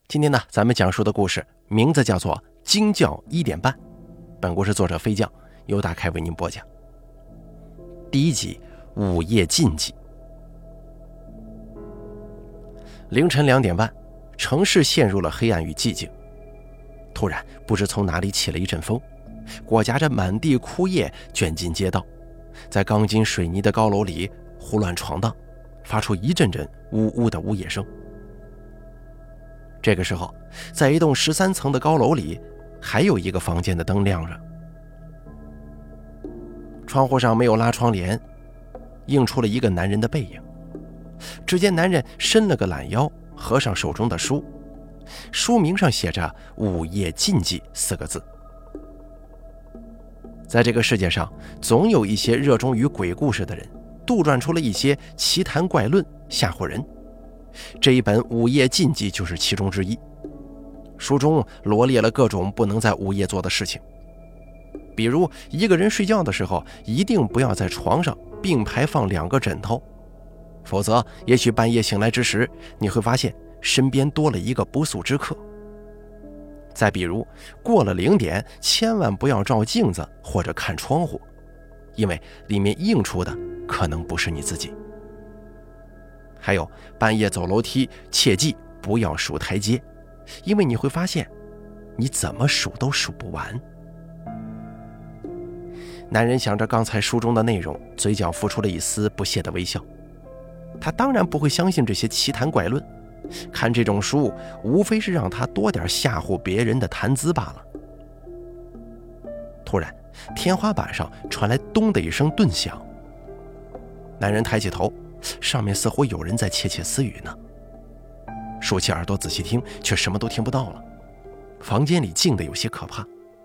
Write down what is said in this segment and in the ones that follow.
今天呢，咱们讲述的故事名字叫做《惊叫1点半》，本故事作者飞将由大开为您播讲。第一集，午夜禁忌。凌晨2点半，城市陷入了黑暗与寂静。突然，不知从哪里起了一阵风，裹夹着满地枯叶卷进街道，在钢筋水泥的高楼里胡乱闯荡，发出一阵阵呜呜的呜咽声。这个时候，在一栋13层的高楼里，还有一个房间的灯亮着，窗户上没有拉窗帘，映出了一个男人的背影。只见男人伸了个懒腰，合上手中的书，书名上写着“午夜禁忌”4个字。在这个世界上，总有一些热衷于鬼故事的人，杜撰出了一些奇谈怪论吓唬人。这一本《午夜禁忌》就是其中之一。书中罗列了各种不能在午夜做的事情，比如一个人睡觉的时候，一定不要在床上并排放2个枕头，否则也许半夜醒来之时，你会发现身边多了一个不速之客。再比如过了0点，千万不要照镜子或者看窗户，因为里面映出的可能不是你自己。还有半夜走楼梯，切记不要数台阶，因为你会发现你怎么数都数不完。男人想着刚才书中的内容，嘴角浮出了一丝不屑的微笑。他当然不会相信这些奇谈怪论，看这种书无非是让他多点吓唬别人的谈资罢了。突然，天花板上传来咚的一声顿响。男人抬起头，上面似乎有人在窃窃私语呢。竖起耳朵仔细听，却什么都听不到了。房间里静得有些可怕。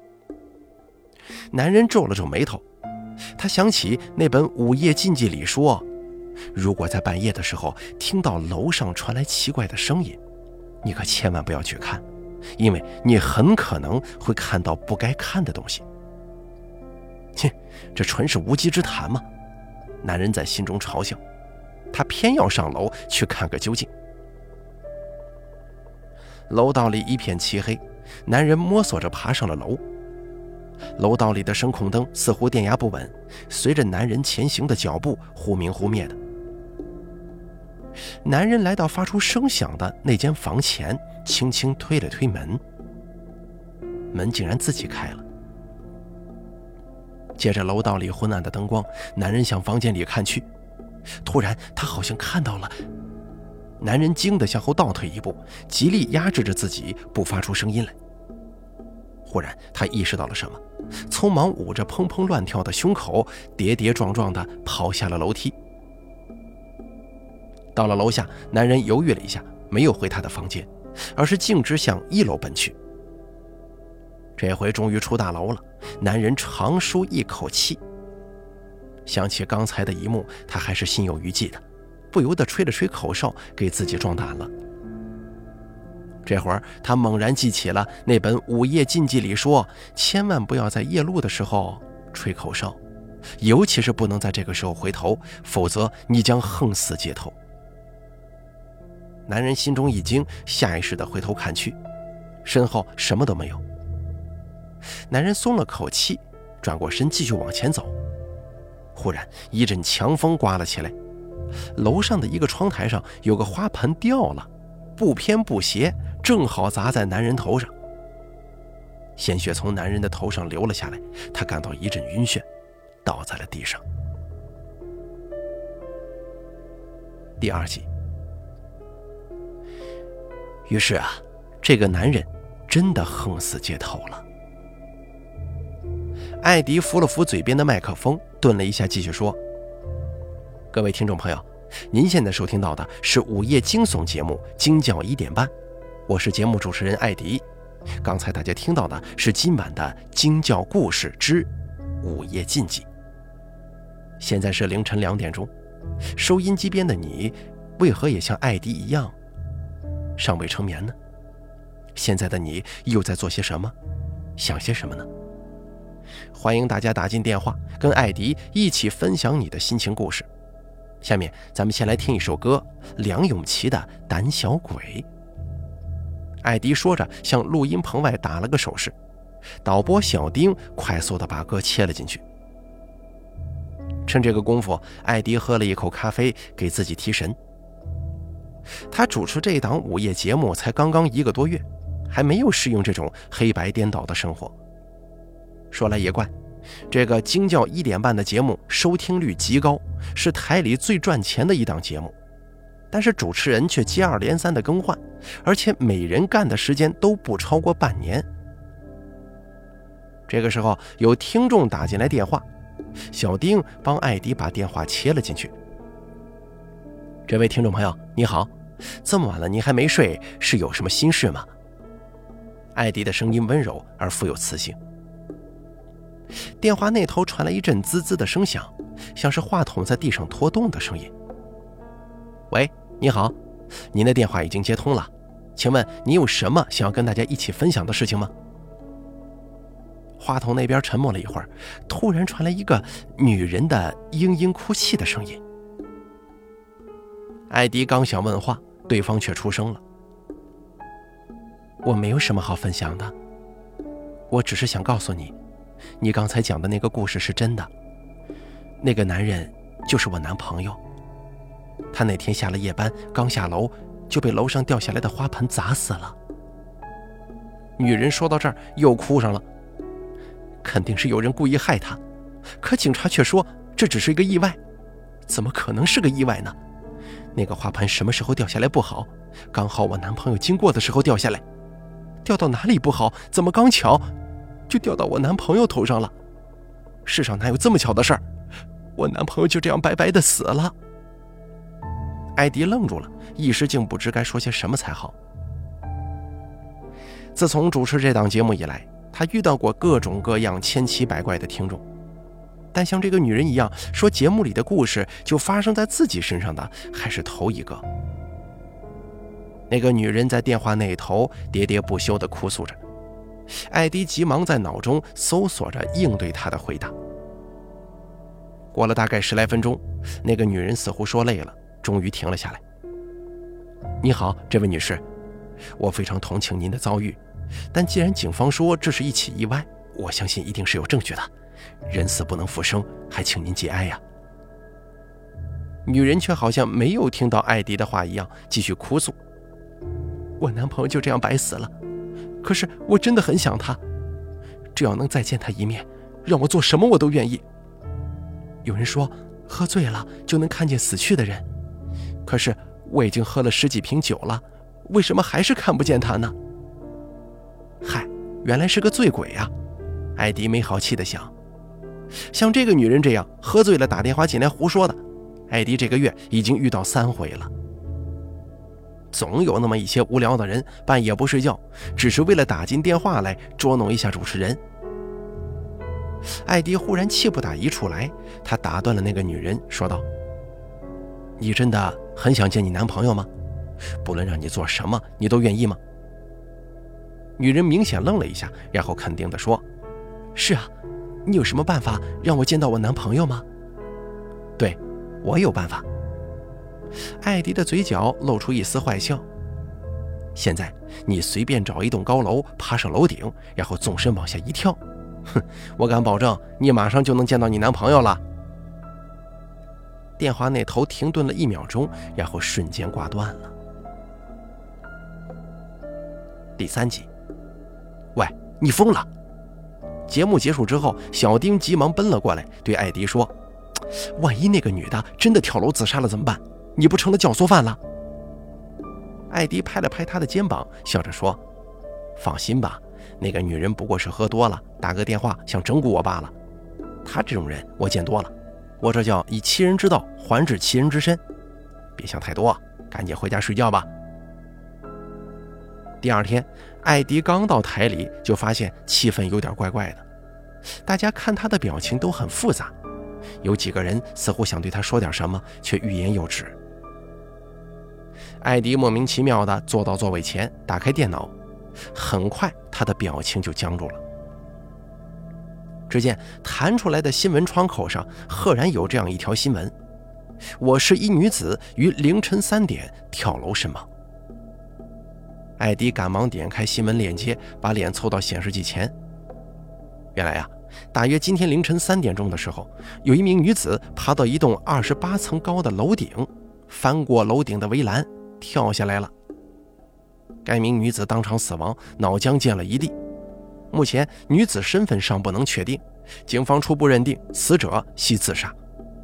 男人皱了皱眉头，他想起那本《午夜禁忌》里说，如果在半夜的时候听到楼上传来奇怪的声音，你可千万不要去看，因为你很可能会看到不该看的东西。切，这纯是无稽之谈嘛！男人在心中嘲笑，他偏要上楼去看个究竟。楼道里一片漆黑，男人摸索着爬上了楼。楼道里的声控灯似乎电压不稳，随着男人前行的脚步忽明忽灭的。男人来到发出声响的那间房前，轻轻推了推门，门竟然自己开了。借着楼道里昏暗的灯光，男人向房间里看去，突然他好像看到了。男人惊得向后倒退一步，极力压制着自己不发出声音来。忽然他意识到了什么，匆忙捂着砰砰乱跳的胸口，跌跌撞撞地跑下了楼梯。到了楼下，男人犹豫了一下，没有回他的房间，而是径直向1楼奔去。这回终于出大楼了，男人长舒一口气。想起刚才的一幕，他还是心有余悸的，不由得吹了吹口哨，给自己壮胆了。这会儿他猛然记起了那本《午夜禁忌》里说，千万不要在夜路的时候吹口哨，尤其是不能在这个时候回头，否则你将横死街头。男人心中一惊，下意识地回头看去，身后什么都没有。男人松了口气，转过身继续往前走。忽然一阵强风刮了起来，楼上的一个窗台上有个花盆掉了，不偏不斜，正好砸在男人头上。鲜血从男人的头上流了下来，他感到一阵晕眩，倒在了地上。第2集。于是啊，这个男人真的横死街头了。艾迪扶了扶嘴边的麦克风，顿了一下，继续说：各位听众朋友，您现在收听到的是午夜惊悚节目《惊叫1点半》，我是节目主持人艾迪。刚才大家听到的是今晚的惊叫故事之午夜禁忌。现在是凌晨2点钟，收音机边的你为何也像艾迪一样尚未成眠呢？现在的你又在做些什么？想些什么呢？欢迎大家打进电话，跟艾迪一起分享你的心情故事。下面咱们先来听一首歌，梁咏琪的《胆小鬼》。 艾迪说着向录音棚外打了个手势，导播小丁快速地把歌切了进去。趁这个功夫，艾迪喝了一口咖啡给自己提神。他主持这档午夜节目才刚刚1个多月，还没有适应这种黑白颠倒的生活。说来也怪，这个惊叫1点半的节目收听率极高，是台里最赚钱的一档节目，但是主持人却接二连三的更换，而且每人干的时间都不超过半年。这个时候有听众打进来电话，小丁帮艾迪把电话切了进去。这位听众朋友你好，这么晚了您还没睡，是有什么心事吗？艾迪的声音温柔而富有磁性。电话那头传来一阵滋滋的声响，像是话筒在地上拖动的声音。喂，你好，您的电话已经接通了，请问你有什么想要跟大家一起分享的事情吗？话筒那边沉默了一会儿，突然传来一个女人的嘤嘤哭泣的声音。艾迪刚想问话，对方却出声了。我没有什么好分享的，我只是想告诉你，你刚才讲的那个故事是真的。那个男人就是我男朋友，他那天下了夜班，刚下楼就被楼上掉下来的花盆砸死了。女人说到这儿又哭上了。肯定是有人故意害他，可警察却说这只是一个意外。怎么可能是个意外呢？那个花盆什么时候掉下来不好，刚好我男朋友经过的时候掉下来，掉到哪里不好，怎么刚巧就掉到我男朋友头上了？世上哪有这么巧的事儿？我男朋友就这样白白的死了。艾迪愣住了，一时竟不知该说些什么才好。自从主持这档节目以来，他遇到过各种各样千奇百怪的听众，但像这个女人一样说节目里的故事就发生在自己身上的还是头一个。那个女人在电话那头喋喋不休地哭诉着，艾迪急忙在脑中搜索着应对她的回答。过了大概10来分钟，那个女人似乎说累了，终于停了下来。你好，这位女士，我非常同情您的遭遇，但既然警方说这是一起意外，我相信一定是有证据的，人死不能复生，还请您节哀呀。女人却好像没有听到艾迪的话一样，继续哭诉。我男朋友就这样白死了，可是我真的很想他，只要能再见他一面，让我做什么我都愿意。有人说喝醉了就能看见死去的人，可是我已经喝了10几瓶酒了，为什么还是看不见他呢？嗨，原来是个醉鬼啊！艾迪没好气地想。像这个女人这样喝醉了打电话进来胡说的，艾迪这个月已经遇到3回了。总有那么一些无聊的人半夜不睡觉，只是为了打进电话来捉弄一下主持人。艾迪忽然气不打一处来，他打断了那个女人，说道：你真的很想见你男朋友吗？不论让你做什么，你都愿意吗？女人明显愣了一下，然后肯定地说：是啊，你有什么办法让我见到我男朋友吗？对，我有办法。艾迪的嘴角露出一丝坏笑。现在你随便找一栋高楼，爬上楼顶，然后纵身往下一跳，我敢保证你马上就能见到你男朋友了。电话那头停顿了1秒钟，然后瞬间挂断了。第3集。喂，你疯了！节目结束之后，小丁急忙奔了过来，对艾迪说：万一那个女的真的跳楼自杀了怎么办？你不成了教唆犯了？艾迪拍了拍他的肩膀，笑着说：放心吧，那个女人不过是喝多了，打个电话想整蛊我罢了。她这种人我见多了，我这叫以其人之道还治其人之身。别想太多，赶紧回家睡觉吧。第2天，艾迪刚到台里就发现气氛有点怪怪的，大家看他的表情都很复杂，有几个人似乎想对他说点什么，却欲言又止。艾迪莫名其妙地坐到座位前，打开电脑，很快他的表情就僵住了。只见弹出来的新闻窗口上赫然有这样一条新闻：我市一女子于凌晨3点跳楼身亡。 艾迪赶忙点开新闻链接，把脸凑到显示器前。原来大约今天凌晨3点钟的时候，有一名女子爬到一栋28层高的楼顶，翻过楼顶的围栏跳下来了。该名女子当场死亡，脑浆溅了一地。目前女子身份尚不能确定，警方初步认定死者系自杀。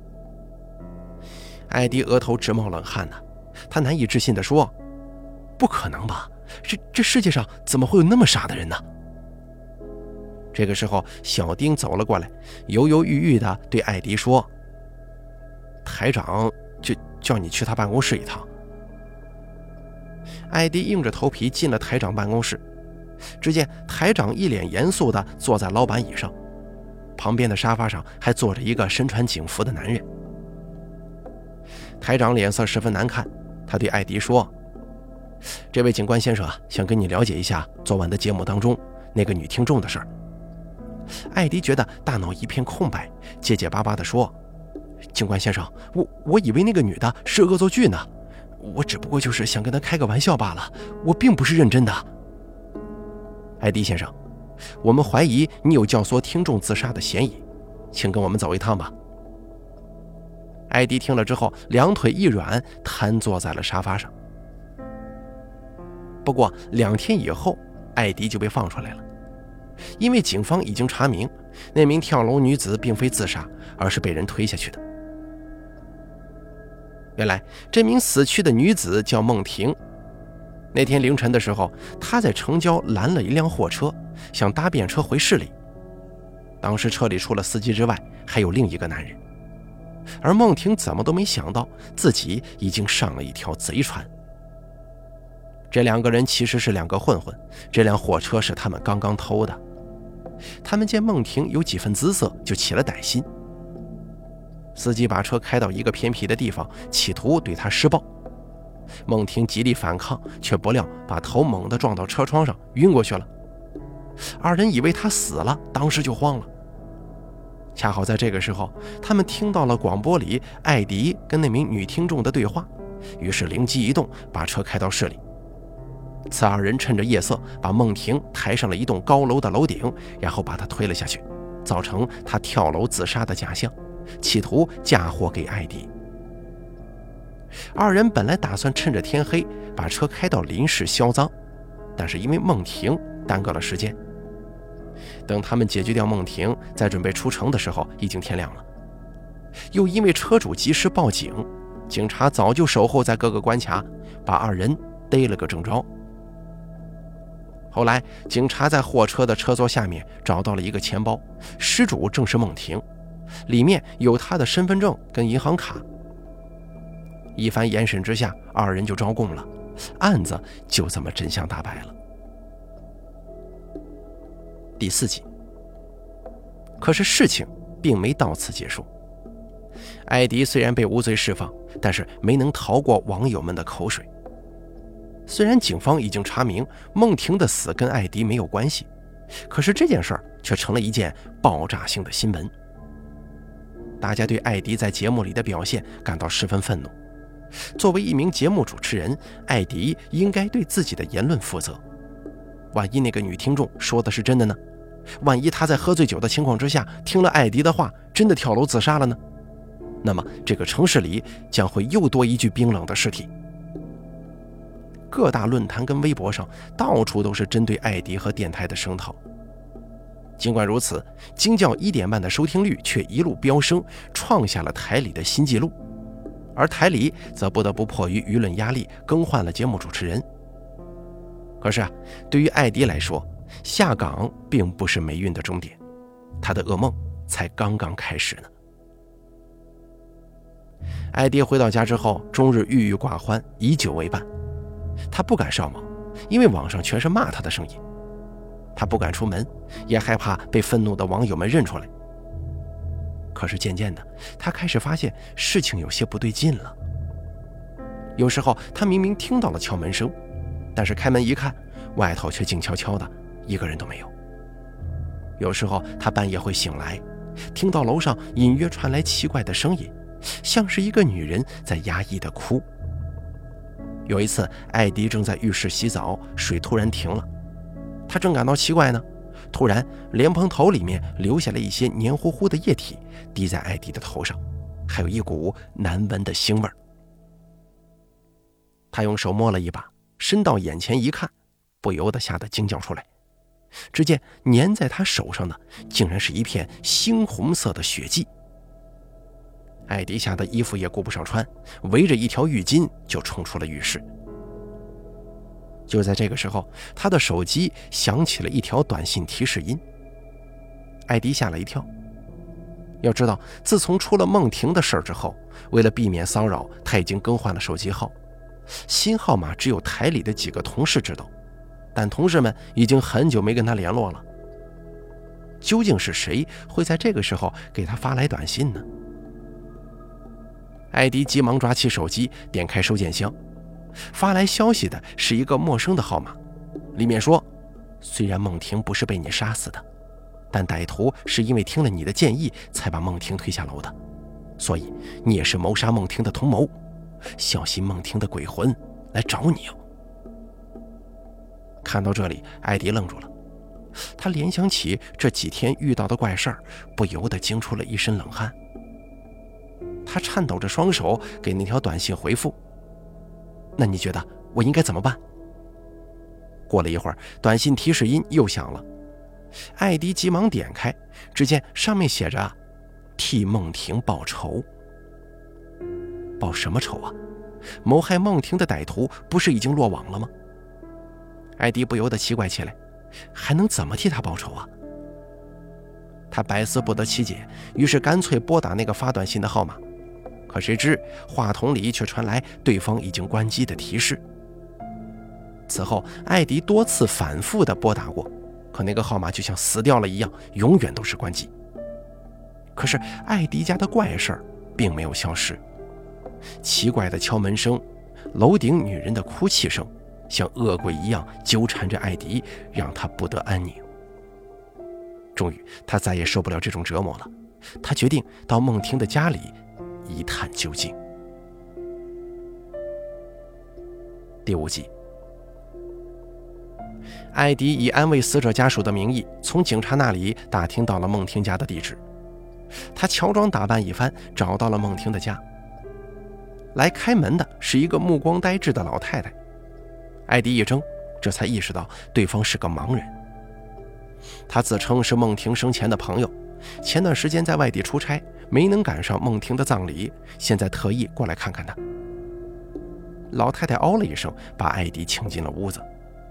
艾迪额头直冒冷汗他难以置信地说：“不可能吧？这世界上怎么会有那么傻的人呢？”这个时候，小丁走了过来，犹犹豫豫地对艾迪说：“台长就叫你去他办公室一趟。”艾迪硬着头皮进了台长办公室，只见台长一脸严肃地坐在老板椅上，旁边的沙发上还坐着一个身穿警服的男人。台长脸色十分难看，他对艾迪说：“这位警官先生想跟你了解一下昨晚的节目当中那个女听众的事儿。”艾迪觉得大脑一片空白，结结巴巴地说：“警官先生，我以为那个女的是恶作剧呢，我只不过就是想跟她开个玩笑罢了，我并不是认真的。”艾迪先生，我们怀疑你有教唆听众自杀的嫌疑，请跟我们走一趟吧。艾迪听了之后，两腿一软，瘫坐在了沙发上。不过2天以后，艾迪就被放出来了，因为警方已经查明，那名跳楼女子并非自杀，而是被人推下去的。原来这名死去的女子叫孟婷，那天凌晨的时候，她在城郊拦了一辆货车，想搭便车回市里。当时车里除了司机之外，还有另一个男人，而孟婷怎么都没想到自己已经上了一条贼船。这2个人其实是2个混混，这辆货车是他们刚刚偷的。他们见孟婷有几分姿色，就起了歹心。司机把车开到一个偏僻的地方，企图对他施暴。孟婷极力反抗，却不料把头猛地撞到车窗上，晕过去了。2人以为他死了，当时就慌了。恰好在这个时候，他们听到了广播里艾迪跟那名女听众的对话，于是灵机一动，把车开到市里。此2人趁着夜色，把孟婷抬上了一栋高楼的楼顶，然后把她推了下去，造成她跳楼自杀的假象，企图嫁祸给艾迪。2人本来打算趁着天黑把车开到林市销赃，但是因为孟婷耽搁了时间。等他们解决掉孟婷，在准备出城的时候，已经天亮了。又因为车主及时报警，警察早就守候在各个关卡，把2人逮了个正着。后来警察在货车的车座下面找到了一个钱包，失主正是孟婷，里面有她的身份证跟银行卡。一番严审之下，2人就招供了，案子就这么真相大白了。第4集。可是事情并没到此结束。艾迪虽然被无罪释放，但是没能逃过网友们的口水。虽然警方已经查明孟婷的死跟艾迪没有关系，可是这件事儿却成了一件爆炸性的新闻。大家对艾迪在节目里的表现感到十分愤怒。作为一名节目主持人，艾迪应该对自己的言论负责。万一那个女听众说的是真的呢？万一她在喝醉酒的情况之下听了艾迪的话，真的跳楼自杀了呢？那么这个城市里将会又多一具冰冷的尸体。各大论坛跟微博上到处都是针对艾迪和电台的声讨。尽管如此，惊叫1点半的收听率却一路飙升，创下了台里的新纪录。而台里则不得不迫于舆论压力更换了节目主持人。可是对于艾迪来说，下岗并不是霉运的终点，他的噩梦才刚刚开始呢。艾迪回到家之后，终日郁郁寡欢，以酒为伴。他不敢上网，因为网上全是骂他的声音。他不敢出门，也害怕被愤怒的网友们认出来。可是渐渐的，他开始发现事情有些不对劲了。有时候他明明听到了敲门声，但是开门一看，外头却静悄悄的，一个人都没有。有时候他半夜会醒来，听到楼上隐约传来奇怪的声音，像是一个女人在压抑的哭。 有一次，艾迪正在浴室洗澡，水突然停了。他正感到奇怪呢，突然莲蓬头里面流下了一些黏糊糊的液体，滴在艾迪的头上，还有一股难闻的腥味。他用手摸了一把，伸到眼前一看，不由得吓得惊叫出来。只见粘在他手上的竟然是一片猩红色的血迹。艾迪吓得衣服也顾不上穿，围着一条浴巾就冲出了浴室。就在这个时候，他的手机响起了一条短信提示音。艾迪吓了一跳，要知道自从出了孟婷的事之后，为了避免骚扰，他已经更换了手机号，新号码只有台里的几个同事知道，但同事们已经很久没跟他联络了。究竟是谁会在这个时候给他发来短信呢？艾迪急忙抓起手机，点开收件箱，发来消息的是一个陌生的号码，里面说，虽然孟婷不是被你杀死的，但歹徒是因为听了你的建议才把孟婷推下楼的，所以你也是谋杀孟婷的同谋，小心孟婷的鬼魂来找你哦。看到这里，艾迪愣住了，他联想起这几天遇到的怪事儿，不由得惊出了一身冷汗。他颤抖着双手给那条短信回复，那你觉得我应该怎么办？过了一会儿，短信提示音又响了，艾迪急忙点开，只见上面写着替孟婷报仇。报什么仇啊？谋害孟婷的歹徒不是已经落网了吗？艾迪不由得奇怪起来，还能怎么替他报仇啊？他百思不得其解，于是干脆拨打那个发短信的号码，可谁知话筒里却传来对方已经关机的提示。此后艾迪多次反复地拨打过，可那个号码就像死掉了一样，永远都是关机。可是艾迪家的怪事儿并没有消失，奇怪的敲门声，楼顶女人的哭泣声，像恶鬼一样纠缠着艾迪，让他不得安宁。终于他再也受不了这种折磨了，他决定到孟婷的家里一探究竟。第5集，艾迪以安慰死者家属的名义，从警察那里打听到了孟婷家的地址。他乔装打扮一番，找到了孟婷的家。来开门的是一个目光呆滞的老太太。艾迪一怔，这才意识到对方是个盲人。他自称是孟婷生前的朋友，前段时间在外地出差，没能赶上孟婷的葬礼，现在特意过来看看她。老太太哦了一声，把艾迪请进了屋子。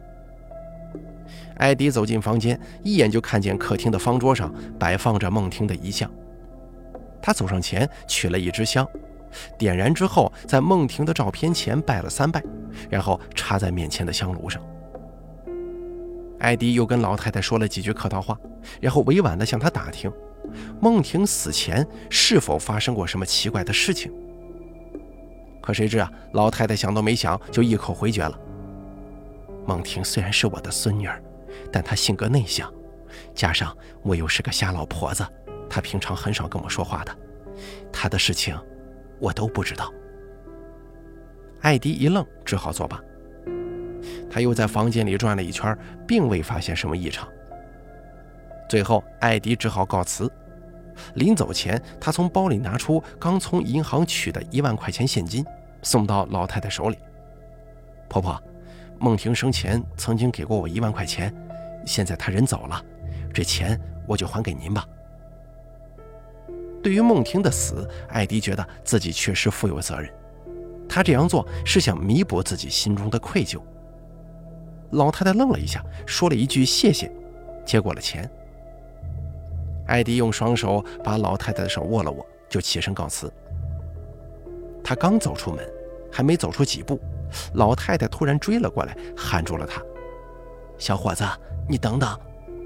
艾迪走进房间，一眼就看见客厅的方桌上摆放着孟婷的遗像。他走上前取了一支香，点燃之后，在孟婷的照片前拜了3拜，然后插在面前的香炉上。艾迪又跟老太太说了几句客套话，然后委婉地向她打听孟婷死前是否发生过什么奇怪的事情。可谁知啊，老太太想都没想就一口回绝了。孟婷虽然是我的孙女儿，但她性格内向，加上我又是个瞎老婆子，她平常很少跟我说话的，她的事情我都不知道。艾迪一愣，只好作罢。他又在房间里转了一圈，并未发现什么异常。最后艾迪只好告辞。临走前，他从包里拿出刚从银行取的1万块钱现金，送到老太太手里。婆婆，孟婷生前曾经给过我1万块钱，现在她人走了，这钱我就还给您吧。对于孟婷的死，艾迪觉得自己确实负有责任，他这样做是想弥补自己心中的愧疚。老太太愣了一下，说了一句谢谢，接过了钱。艾迪用双手把老太太的手握了握，就起身告辞。他刚走出门，还没走出几步，老太太突然追了过来，喊住了他：小伙子，你等等。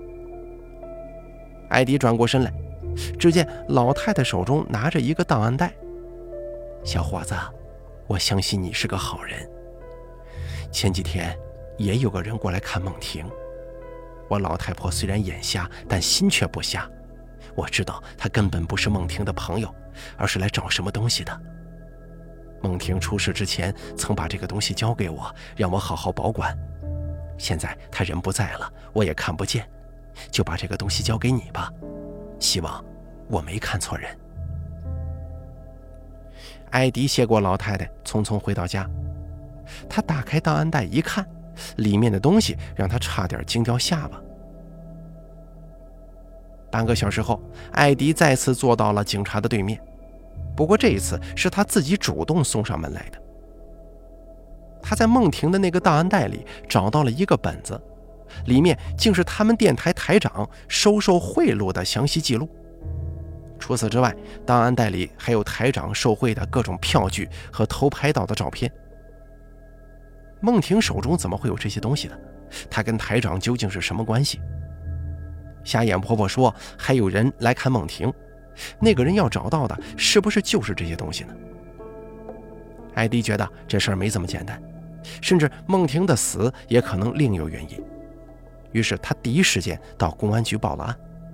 艾迪转过身来，只见老太太手中拿着一个档案袋。小伙子，我相信你是个好人，前几天也有个人过来看孟婷，我老太婆虽然眼瞎，但心却不瞎，我知道她根本不是孟婷的朋友，而是来找什么东西的。 孟婷出事之前曾把这个东西交给我，让我好好保管。现在他人不在了，我也看不见，就把这个东西交给你吧，希望我没看错人。艾迪谢过老太太，匆匆回到家。他打开档案袋一看，里面的东西让他差点惊掉下巴。半个小时后，艾迪再次坐到了警察的对面，不过这一次是他自己主动送上门来的。他在孟婷的那个档案袋里找到了一个本子，里面竟是他们电台台长收受贿赂的详细记录。除此之外，档案袋里还有台长受贿的各种票据和偷拍到的照片。孟婷手中怎么会有这些东西呢？她跟台长究竟是什么关系？瞎眼婆婆说还有人来看孟婷，那个人要找到的是不是就是这些东西呢？艾迪觉得这事儿没这么简单，甚至孟婷的死也可能另有原因。于是他第一时间到公安局报了案。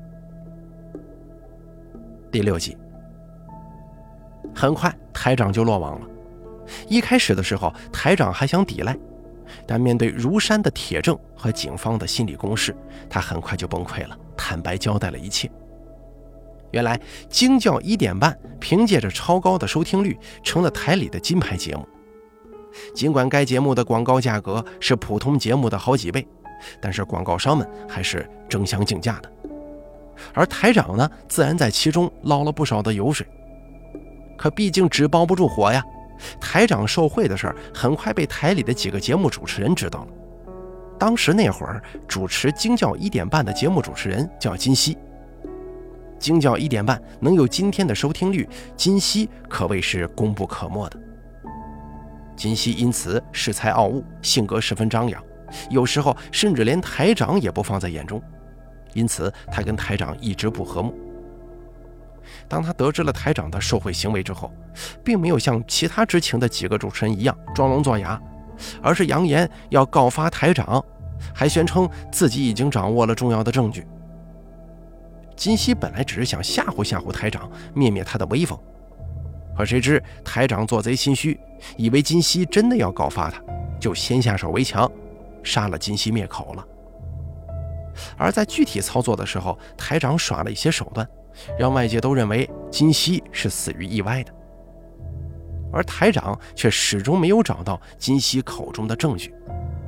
第6集，很快台长就落网了。一开始的时候，台长还想抵赖，但面对如山的铁证和警方的心理攻势，他很快就崩溃了，坦白交代了一切。原来惊叫1点半凭借着超高的收听率成了台里的金牌节目，尽管该节目的广告价格是普通节目的好几倍，但是广告商们还是争相竞价的。而台长呢，自然在其中捞了不少的油水。可毕竟纸包不住火呀，台长受贿的事儿很快被台里的几个节目主持人知道了。当时那会儿主持惊叫1点半的节目主持人叫金熙，惊叫1点半能有今天的收听率，金熙可谓是功不可没的。金熙因此恃才傲物，性格十分张扬，有时候甚至连台长也不放在眼中，因此他跟台长一直不和睦。当他得知了台长的受贿行为之后，并没有像其他知情的几个主持人一样装聋作哑，而是扬言要告发台长，还宣称自己已经掌握了重要的证据。金熙本来只是想吓唬吓唬台长，灭灭他的威风，可谁知台长做贼心虚，以为金熙真的要告发他，就先下手为强，杀了金熙灭口了。而在具体操作的时候，台长耍了一些手段，让外界都认为金熙是死于意外的，而台长却始终没有找到金熙口中的证据。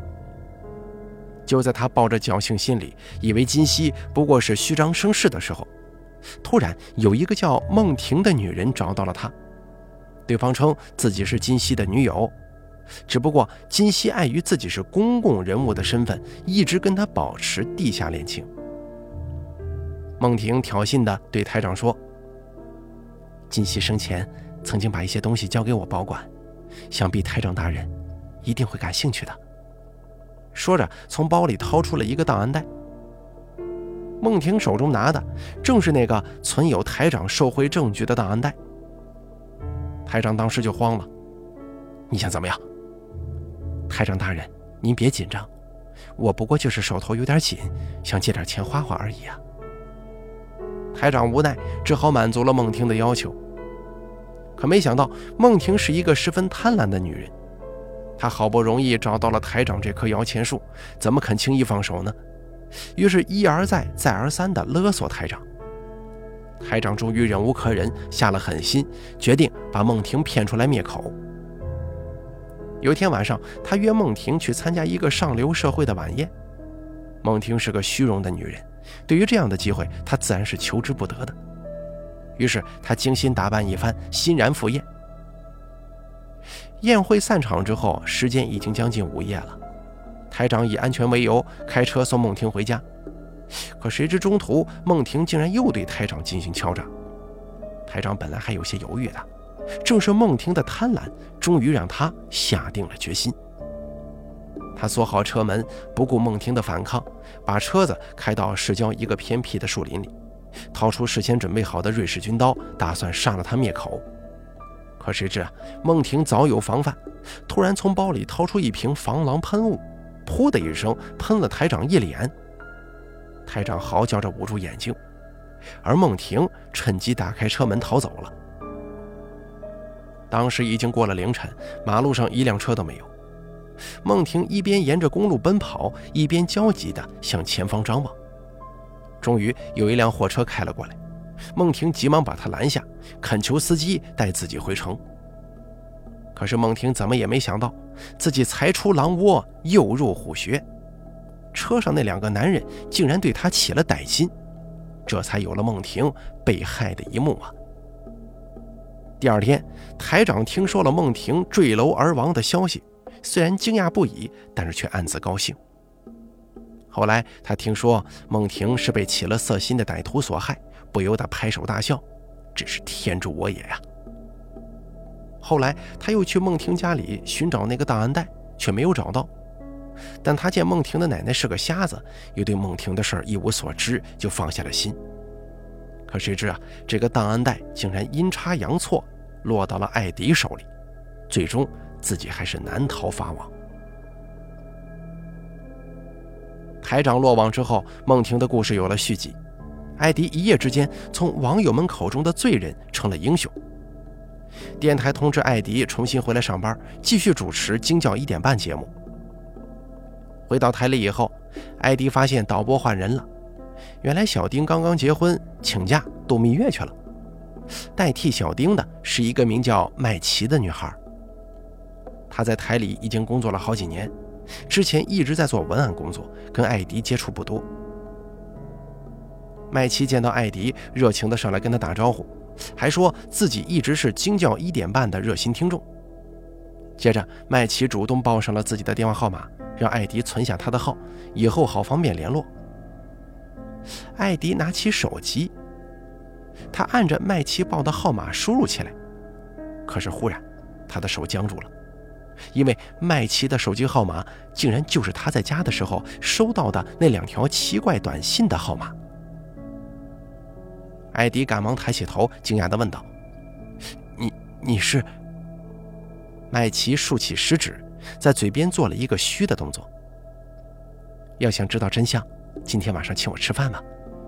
就在他抱着侥幸心理，以为金熙不过是虚张声势的时候，突然有一个叫孟婷的女人找到了他，对方称自己是金熙的女友，只不过金熙碍于自己是公共人物的身份，一直跟他保持地下恋情。孟婷挑衅地对台长说，金熙生前曾经把一些东西交给我保管，想必台长大人一定会感兴趣的。说着从包里掏出了一个档案袋，孟婷手中拿的正是那个存有台长受贿证据的档案袋。台长当时就慌了，你想怎么样？台长大人，您别紧张，我不过就是手头有点紧，想借点钱花花而已啊。台长无奈，只好满足了孟婷的要求。可没想到孟婷是一个十分贪婪的女人，她好不容易找到了台长这棵摇钱树，怎么肯轻易放手呢？于是一而再再而三地勒索台长。台长终于忍无可忍，下了狠心，决定把孟婷骗出来灭口。有天晚上，他约孟婷去参加一个上流社会的晚宴。孟婷是个虚荣的女人，对于这样的机会，她自然是求之不得的。于是她精心打扮一番，欣然赴宴。宴会散场之后，时间已经将近午夜了。台长以安全为由，开车送孟婷回家。可谁知中途，孟婷竟然又对台长进行敲诈。台长本来还有些犹豫的，正是孟婷的贪婪，终于让他下定了决心。他锁好车门，不顾孟婷的反抗，把车子开到市郊一个偏僻的树林里，掏出事先准备好的瑞士军刀，打算杀了他灭口。可谁知孟婷早有防范，突然从包里掏出一瓶防狼喷雾，噗的一声喷了台长一脸。台长嚎叫着捂住眼睛，而孟婷趁机打开车门逃走了。 当时已经过了凌晨，马路上一辆车都没有。孟婷一边沿着公路奔跑，一边焦急地向前方张望。终于有一辆货车开了过来，孟婷急忙把他拦下，恳求司机带自己回城。可是孟婷怎么也没想到，自己才出狼窝又入虎穴，车上那2个男人竟然对他起了歹心，这才有了孟婷被害的一幕啊！第二天，台长听说了孟婷坠楼而亡的消息，虽然惊讶不已，但是却暗自高兴。后来他听说孟婷是被起了色心的歹徒所害，不由得拍手大笑，真是天助我也呀！后来他又去孟婷家里寻找那个档案袋，却没有找到。但他见孟婷的奶奶是个瞎子，又对孟婷的事一无所知，就放下了心。可谁知啊，这个档案袋竟然阴差阳错落到了艾迪手里，最终自己还是难逃法网。台长落网之后，孟婷的故事有了续集。艾迪一夜之间从网友们口中的罪人成了英雄。电台通知艾迪重新回来上班，继续主持惊叫1点半节目。回到台里以后，艾迪发现导播换人了，原来小丁刚刚结婚请假度蜜月去了，代替小丁的是一个名叫麦琪的女孩。她在台里已经工作了好几年，之前一直在做文案工作，跟艾迪接触不多。麦琪见到艾迪，热情地上来跟他打招呼，还说自己一直是惊叫1点半的热心听众。接着麦琪主动报上了自己的电话号码，让艾迪存下他的号，以后好方便联络。艾迪拿起手机，他按着麦琪报的号码输入起来，可是忽然他的手僵住了，因为麦琪的手机号码竟然就是他在家的时候收到的那2条奇怪短信的号码。艾迪赶忙抬起头，惊讶地问道：你是？麦琪竖起食指，在嘴边做了一个虚的动作。要想知道真相，今天晚上请我吃饭吧。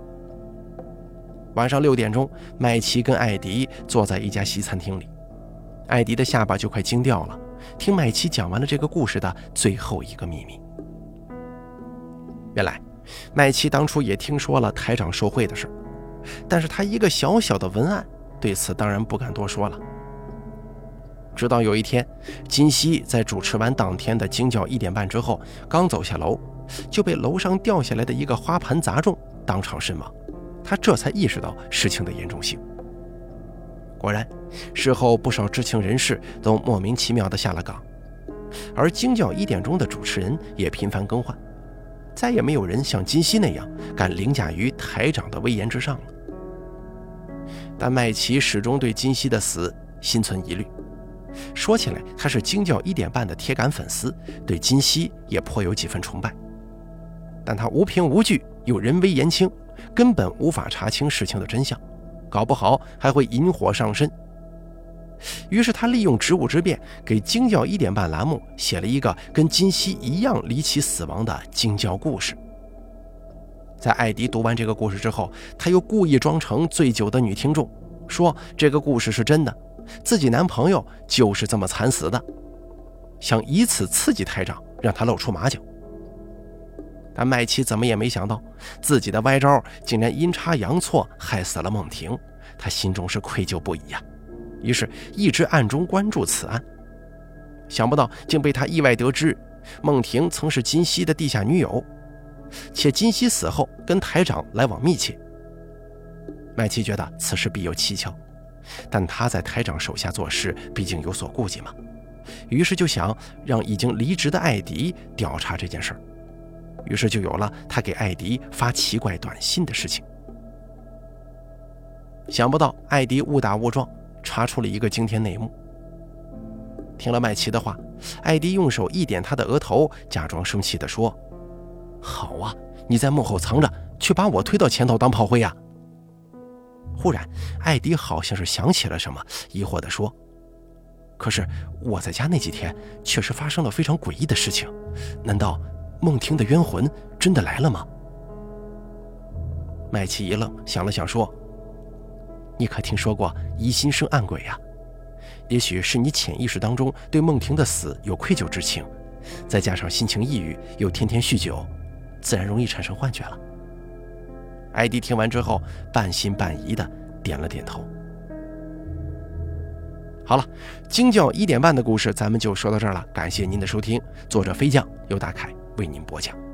晚上6点钟，麦琪跟艾迪坐在一家西餐厅里，艾迪的下巴就快惊掉了，听麦琪讲完了这个故事的最后一个秘密。原来麦琪当初也听说了台长受贿的事，但是他一个小小的文案，对此当然不敢多说了。直到有一天，金熙在主持完当天的惊叫1点半之后，刚走下楼，就被楼上掉下来的一个花盆砸中，当场身亡。他这才意识到事情的严重性。果然，事后不少知情人士都莫名其妙地下了岗，而惊叫1点钟的主持人也频繁更换，再也没有人像金熙那样敢凌驾于台长的威严之上了。但麦琪始终对金熙的死心存疑虑，说起来他是惊叫1点半的铁杆粉丝，对金熙也颇有几分崇拜，但他无凭无据又人微言轻，根本无法查清事情的真相，搞不好还会引火上身。于是他利用职务之便，给惊叫1点半栏目写了一个跟金熙一样离奇死亡的惊叫故事。在艾迪读完这个故事之后，他又故意装成醉酒的女听众，说这个故事是真的，自己男朋友就是这么惨死的，想以此刺激台长，让他露出马脚。但麦琪怎么也没想到，自己的歪招竟然阴差阳错害死了孟婷，他心中是愧疚不已呀，于是一直暗中关注此案。想不到竟被他意外得知，孟婷曾是金熙的地下女友，且金熙死后跟台长来往密切。麦琪觉得此事必有蹊跷，但他在台长手下做事毕竟有所顾忌嘛，于是就想让已经离职的艾迪调查这件事儿，于是就有了他给艾迪发奇怪短信的事情。想不到艾迪误打误撞查出了一个惊天内幕。听了麦琪的话，艾迪用手一点他的额头，假装生气地说：好啊，你在幕后藏着，却把我推到前头当炮灰啊。忽然艾迪好像是想起了什么，疑惑地说：可是我在家那几天确实发生了非常诡异的事情，难道孟婷的冤魂真的来了吗？麦琪一愣，想了想说：你可听说过疑心生暗鬼呀？ 也许是你潜意识当中对梦婷的死有愧疚之情，再加上心情抑郁又天天酗酒，自然容易产生幻觉了。艾迪听完之后半信半疑的点了点头。好了，惊觉1点半的故事咱们就说到这儿了，感谢您的收听，作者飞将由大凯为您播讲。